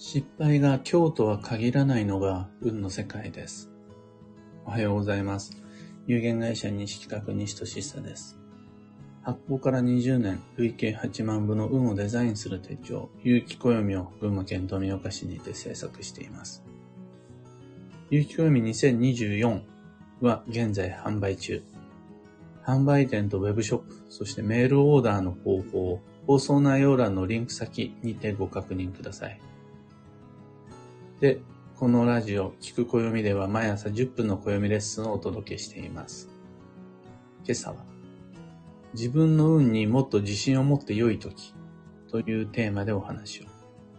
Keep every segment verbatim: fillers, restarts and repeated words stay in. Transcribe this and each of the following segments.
失敗が今日とは限らないのが運の世界です。おはようございます。有限会社西企画西俊久です。発行からにじゅうねん、累計はちまんぶの運をデザインする手帳、有機暦を群馬県富岡市にて制作しています。有機暦にせんにじゅうよんは現在販売中。販売店とウェブショップ、そしてメールオーダーの方法、放送内容欄のリンク先にてご確認ください。で、このラジオ、聞く暦では毎朝じゅっぷんの暦レッスンをお届けしています。今朝は、自分の運にもっと自信を持って良いときというテーマでお話を。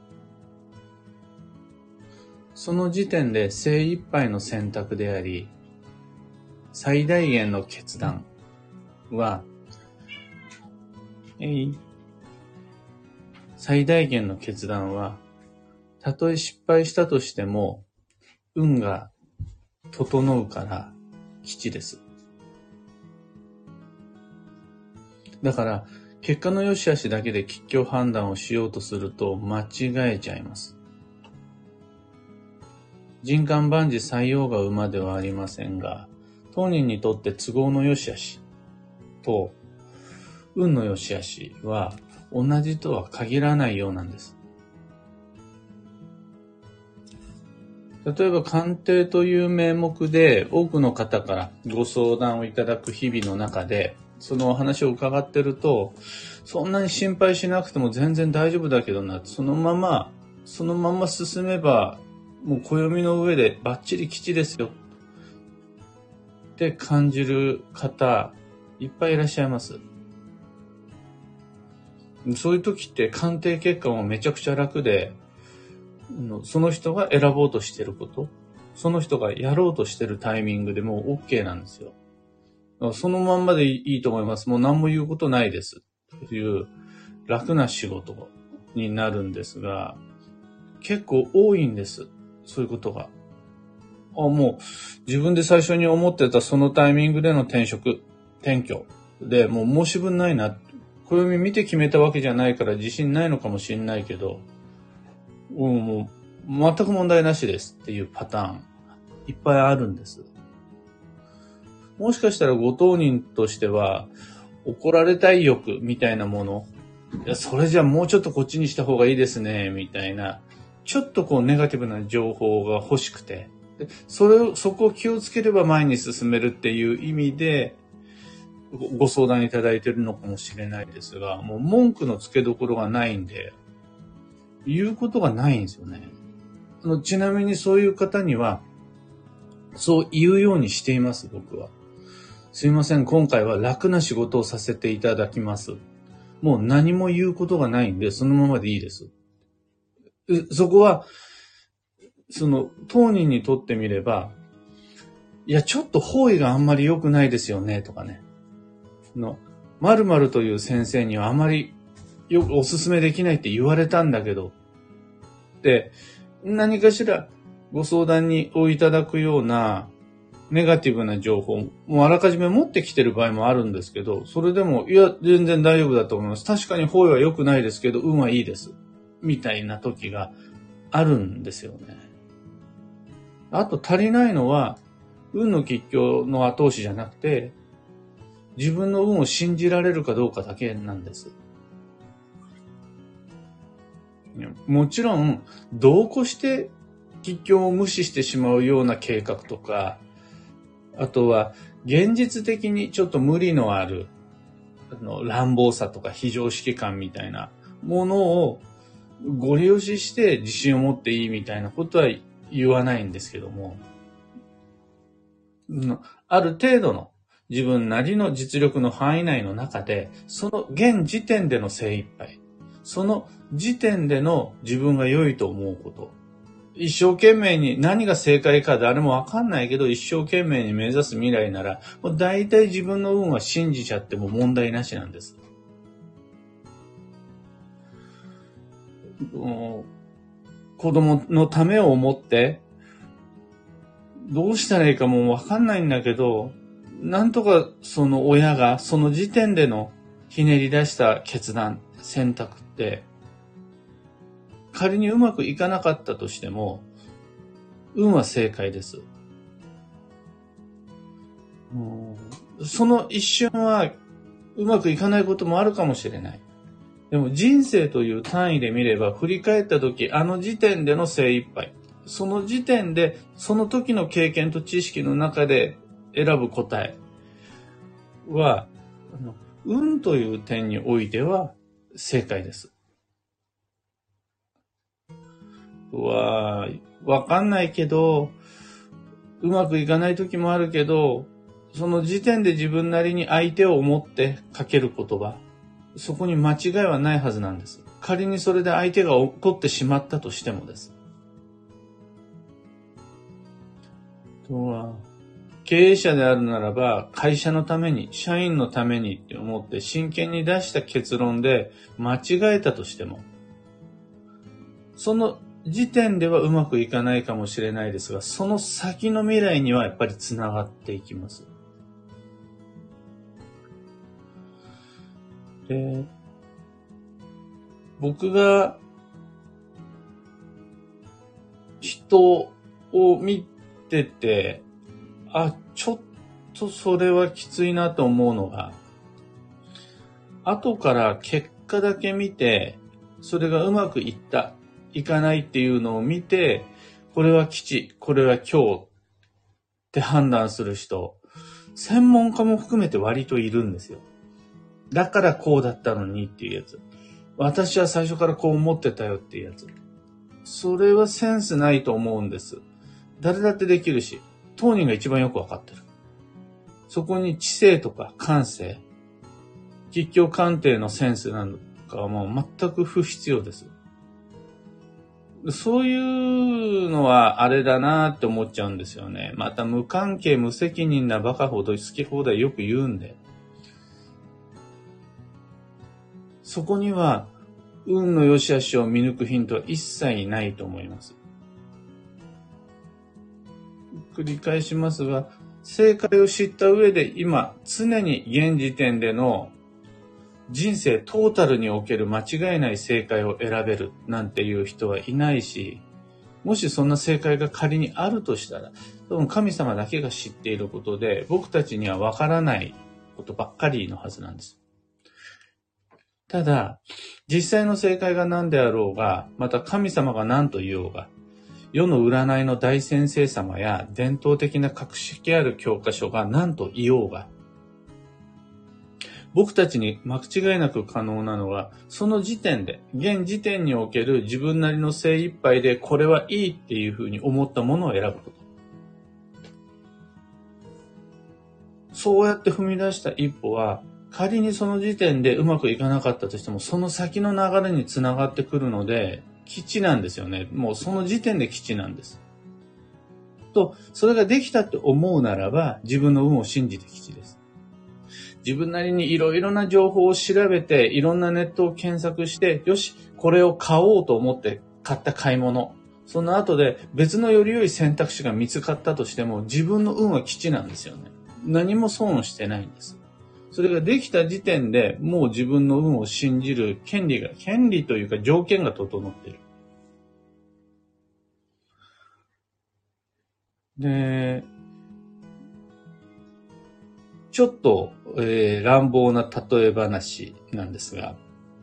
その時点で精一杯の選択であり、最大限の決断は、えい、最大限の決断は、たとえ失敗したとしても、運が整うから吉です。だから、結果の良し悪しだけで吉凶判断をしようとすると間違えちゃいます。人間万事採用が馬ではありませんが、当人にとって都合の良し悪しと運の良し悪しは同じとは限らないようなんです。例えば鑑定という名目で多くの方からご相談をいただく日々の中で、そのお話を伺ってると、そんなに心配しなくても全然大丈夫だけどな、そのまま、そのまま進めば、もう暦の上でバッチリ吉ですよって感じる方、いっぱいいらっしゃいます。そういう時って鑑定結果もめちゃくちゃ楽で、その人が選ぼうとしていること、その人がやろうとしているタイミングでもう OK なんですよ。そのまんまでいいと思います。もう何も言うことないです。という楽な仕事になるんですが、結構多いんです。そういうことが。あ、もう自分で最初に思ってたそのタイミングでの転職、転居でもう申し分ないな。暦見て決めたわけじゃないから自信ないのかもしれないけど、うん、もう全く問題なしですっていうパターンいっぱいあるんです。もしかしたらご当人としては怒られたい欲みたいなもの、いやそれじゃもうちょっとこっちにした方がいいですねみたいな、ちょっとこうネガティブな情報が欲しくて、でそれをそこを気をつければ前に進めるっていう意味でご相談いただいているのかもしれないですが、もう文句のつけどころがないんで言うことがないんですよね。あのちなみにそういう方にはそう言うようにしています。僕はすいません、今回は楽な仕事をさせていただきます。もう何も言うことがないんでそのままでいいです。そこはその当人にとってみれば、いやちょっと方位があんまり良くないですよねとかね、の〇〇という先生にはあまりよくおすすめできないって言われたんだけど、で何かしらご相談においただくようなネガティブな情報もあらかじめ持ってきてる場合もあるんですけど、それでもいや全然大丈夫だと思います。確かに方位は良くないですけど運はいいですみたいな時があるんですよね。あと足りないのは運の吉凶の後押しじゃなくて、自分の運を信じられるかどうかだけなんです。もちろん度を越して吉凶を無視してしまうような計画とか、あとは現実的にちょっと無理のあるあの乱暴さとか非常識感みたいなものをご利用しして自信を持っていいみたいなことは言わないんですけども、ある程度の自分なりの実力の範囲内の中で、その現時点での精一杯、その時点での自分が良いと思うこと、一生懸命に何が正解か誰もわかんないけど一生懸命に目指す未来なら、もう大体自分の運は信じちゃっても問題なしなんです。子供のためを思ってどうしたらいいかもうわかんないんだけど、なんとかその親がその時点でのひねり出した決断、選択って仮にうまくいかなかったとしても、運は正解です。その一瞬はうまくいかないこともあるかもしれない。でも人生という単位で見れば、振り返った時、あの時点での精一杯、その時点でその時の経験と知識の中で選ぶ答えは、運という点においては正解です。わわかんないけど、うまくいかない時もあるけど、その時点で自分なりに相手を思ってかける言葉、そこに間違いはないはずなんです。仮にそれで相手が怒ってしまったとしてもです。とは経営者であるならば、会社のために、社員のためにって思って真剣に出した結論で間違えたとしても、その時点ではうまくいかないかもしれないですが、その先の未来にはやっぱりつながっていきます。で、僕が人を見てて、あ、ちょっとそれはきついなと思うのが、後から結果だけ見て、それがうまくいった、いかないっていうのを見て、これは吉、これは凶って判断する人、専門家も含めて割といるんですよ。だからこうだったのにっていうやつ。私は最初からこう思ってたよっていうやつ。それはセンスないと思うんです。誰だってできるし、当人が一番よくわかってる。そこに知性とか感性、実況鑑定のセンスなんかはもう全く不必要です。そういうのはあれだなって思っちゃうんですよね。また無関係無責任なバカほど好き放題よく言うんで。そこには運の良し悪しを見抜くヒントは一切ないと思います。繰り返しますが、正解を知った上で今常に現時点での人生トータルにおける間違いない正解を選べるなんていう人はいないし、もしそんな正解が仮にあるとしたら、多分神様だけが知っていることで、僕たちにはわからないことばっかりのはずなんです。ただ、実際の正解が何であろうが、また神様が何と言おうが、世の占いの大先生様や伝統的な格式ある教科書が何と言おうが、僕たちに間違いなく可能なのは、その時点で、現時点における自分なりの精一杯でこれはいいっていうふうに思ったものを選ぶこと。そうやって踏み出した一歩は、仮にその時点でうまくいかなかったとしても、その先の流れにつながってくるので、基地なんですよね。もうその時点で基地なんです。と、それができたって思うならば、自分の運を信じて基地です。自分なりにいろいろな情報を調べて、いろんなネットを検索して、よし、これを買おうと思って買った買い物。その後で別のより良い選択肢が見つかったとしても、自分の運は基地なんですよね。何も損してないんです。それができた時点でもう自分の運を信じる権利が、権利というか条件が整っている。で、ちょっと、えー、乱暴な例え話なんですが、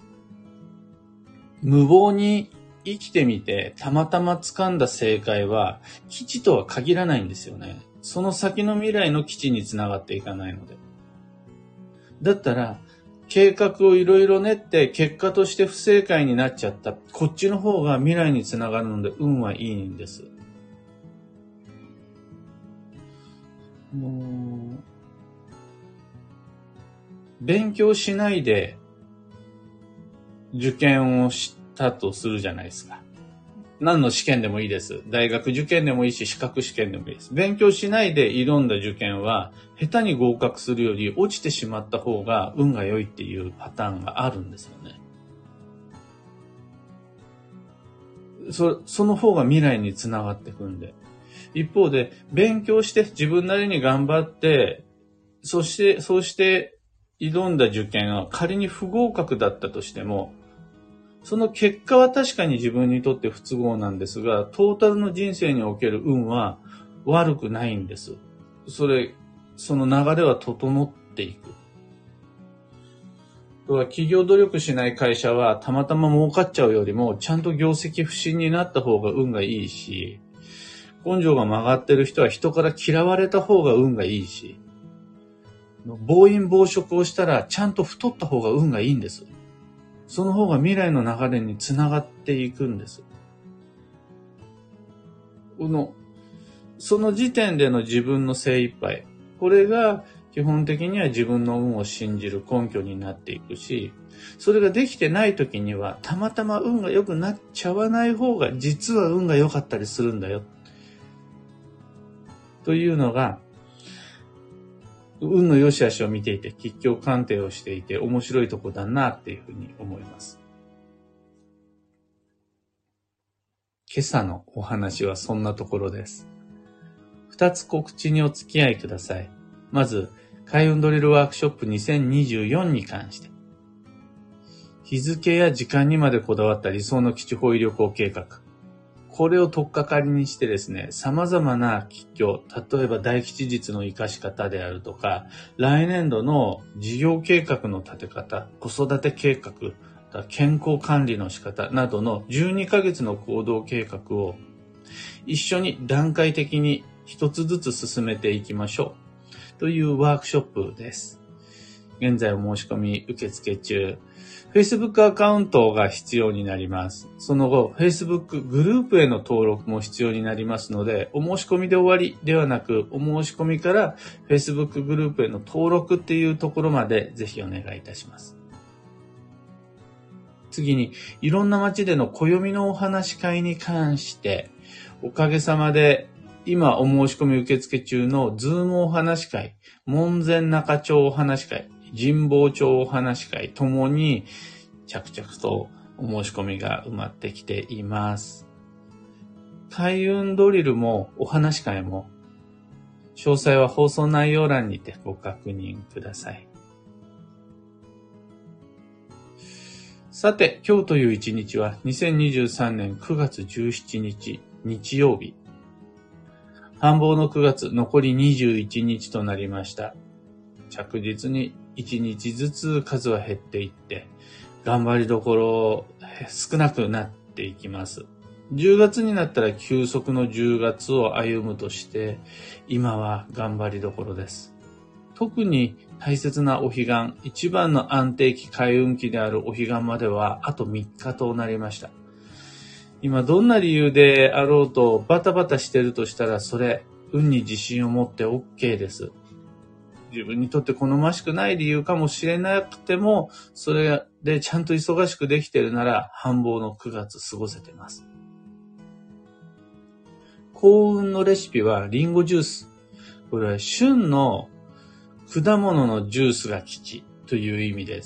無謀に生きてみてたまたま掴んだ正解は基地とは限らないんですよね。その先の未来の基地につながっていかないので。だったら、計画をいろいろ練って結果として不正解になっちゃった。こっちの方が未来につながるので運はいいんです。もう勉強しないで受験をしたとするじゃないですか。何の試験でもいいです。大学受験でもいいし、資格試験でもいいです。勉強しないで挑んだ受験は、下手に合格するより落ちてしまった方が運が良いっていうパターンがあるんですよね。そ、その方が未来につながっていくんで。一方で、勉強して自分なりに頑張って、そして、そうして挑んだ受験は仮に不合格だったとしても、 その結果は確かに自分にとって不都合なんですが、トータルの人生における運は悪くないんです。それ、その流れは整っていく。企業努力しない会社はたまたま儲かっちゃうよりも、ちゃんと業績不振になった方が運がいいし、根性が曲がってる人は人から嫌われた方が運がいいし、暴飲暴食をしたらちゃんと太った方が運がいいんです。その方が未来の流れにつながっていくんです。この、その時点での自分の精一杯、これが基本的には自分の運を信じる根拠になっていくし、それができてない時にはたまたま運が良くなっちゃわない方が実は運が良かったりするんだよ。というのが、運の良し悪しを見ていて、吉凶鑑定をしていて面白いとこだなっていうふうに思います。今朝のお話はそんなところです。二つ告知にお付き合いください。まず、開運ドリルワークショップにせんにじゅうよんに関して。日付や時間にまでこだわった理想の基地方位旅行計画。これを取っかかりにしてですね、様々な吉凶、例えば大吉日の活かし方であるとか、来年度の事業計画の立て方、子育て計画、健康管理の仕方などのじゅうにかげつの行動計画を一緒に段階的に一つずつ進めていきましょうというワークショップです。現在お申し込み受付中。Facebook アカウントが必要になります。その後、Facebook グループへの登録も必要になりますので、お申し込みで終わりではなく、お申し込みから Facebook グループへの登録っていうところまでぜひお願いいたします。次に、いろんな街での暦のお話し会に関して、おかげさまで今お申し込み受付中のズームお話し会、門前仲町お話し会、神保町お話し会ともに着々とお申し込みが埋まってきています。開運ドリルもお話し会も詳細は放送内容欄にてご確認ください。さて、今日という一日はにせんにじゅうさんねんくがつじゅうしちにち日曜日。繁忙のくがつ残りにじゅういちにちとなりました。着実にいちにちずつ数は減っていって、頑張りどころ少なくなっていきます。じゅうがつになったら休息のじゅうがつを歩むとして、今は頑張りどころです。特に大切なお彼岸、一番の安定期開運期であるお彼岸まではあとみっかとなりました。今どんな理由であろうとバタバタしてるとしたら、それ運に自信を持って OK です。自分にとって好ましくない理由かもしれなくても、それでちゃんと忙しくできてるなら繁忙のくがつ過ごせてます。幸運のレシピはリンゴジュース。これは旬の果物のジュースが吉という意味です。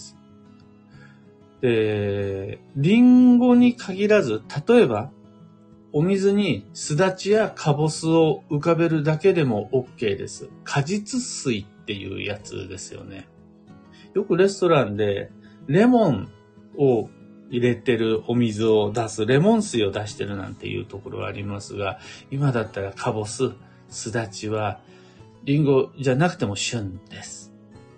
で、リンゴに限らず、例えばお水にすだちやかぼすを浮かべるだけでも OK です。果実水っていうやつですよね。よくレストランでレモンを入れてるお水を出す、レモン水を出してるなんていうところはありますが、今だったらかぼす、すだちはリンゴじゃなくても旬です。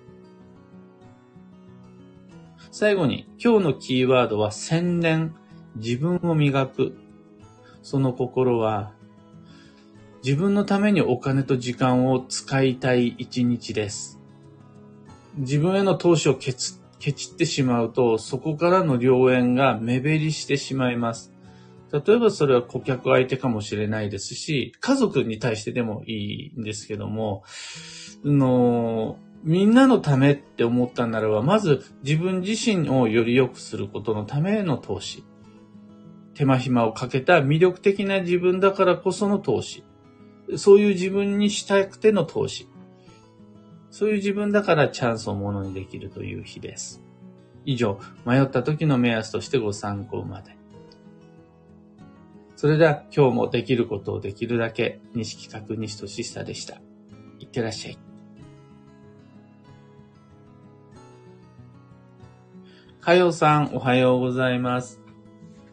最後に今日のキーワードは洗練、自分を磨く。その心は自分のためにお金と時間を使いたい一日です。自分への投資をケチ、ケチってしまうと、そこからの良縁が目減りしてしまいます。例えばそれは顧客相手かもしれないですし、家族に対してでもいいんですけども、あのみんなのためって思ったならば、まず自分自身をより良くすることのための投資。手間暇をかけた魅力的な自分だからこその投資。そういう自分にしたくての投資。そういう自分だからチャンスをものにできるという日です。以上、迷った時の目安としてご参考まで。それでは今日もできることをできるだけ、西企画西俊久でした。いってらっしゃい。かよさん、おはようございます。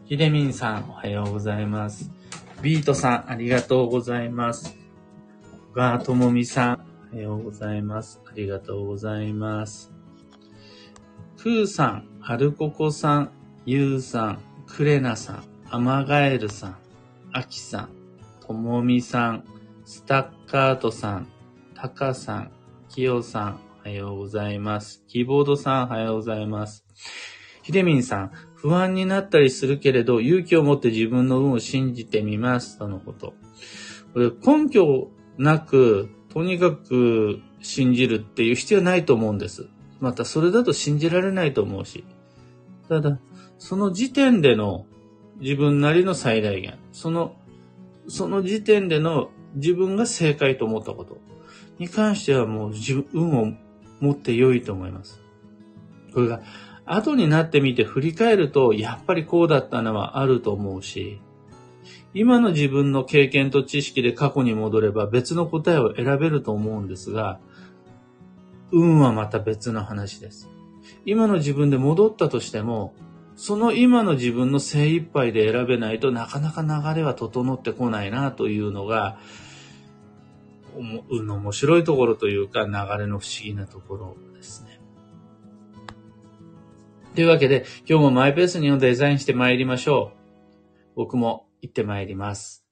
ひでみんさん、おはようございます。ビートさん、ありがとうございます。小川ともみさん、おはようございます。ありがとうございます。くーさん、はるここさん、ゆうさん、くれなさん、あまがえるさん、あきさん、ともみさん、スタッカートさん、たかさん、きよさん、おはようございます。キーボードさん、おはようございます。ひでみんさん、不安になったりするけれど、勇気を持って自分の運を信じてみます。とのこと。これ根拠なく、とにかく信じるっていう必要はないと思うんです。またそれだと信じられないと思うし。ただ、その時点での自分なりの最大限、その、その時点での自分が正解と思ったことに関してはもう自分、運を持って良いと思います。これが後になってみて振り返ると、やっぱりこうだったのはあると思うし、今の自分の経験と知識で過去に戻れば別の答えを選べると思うんですが、運はまた別の話です。今の自分で戻ったとしても、その今の自分の精一杯で選べないとなかなか流れは整ってこないなというのが、運の面白いところというか流れの不思議なところですね。というわけで今日もマイペースにデザインして参りましょう。僕も行って参ります。